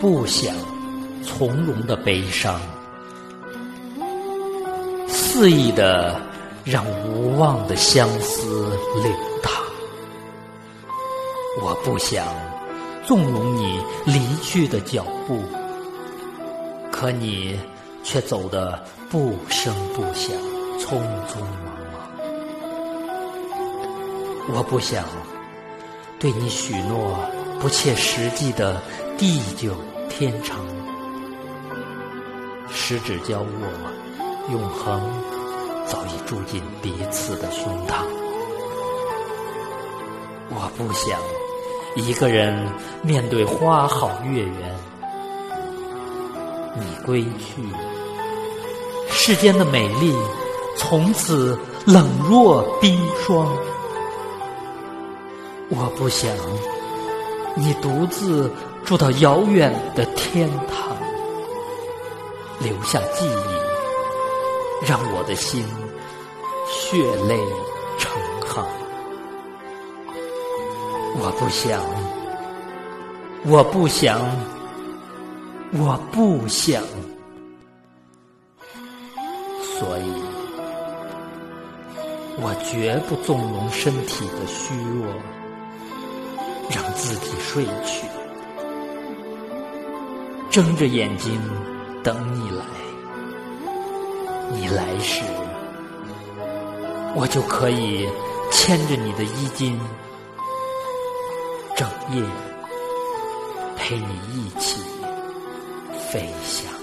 不想从容的悲伤，肆意的让无望的相思流淌。我不想纵容你离去的脚步，可你却走得不声不响，匆匆忙忙。我不想对你许诺不切实际的地久天长，十指交握，永恒早已住进彼此的胸膛。我不想一个人面对花好月圆，你归去，世间的美丽从此冷若冰霜。我不想你独自住到遥远的天堂，留下记忆，让我的心血泪成行。我不想，我不想，我不想，所以我绝不纵容身体的虚弱，让自己睡去，睁着眼睛等你来。你来时，我就可以牵着你的衣襟，整夜陪你一起飞翔。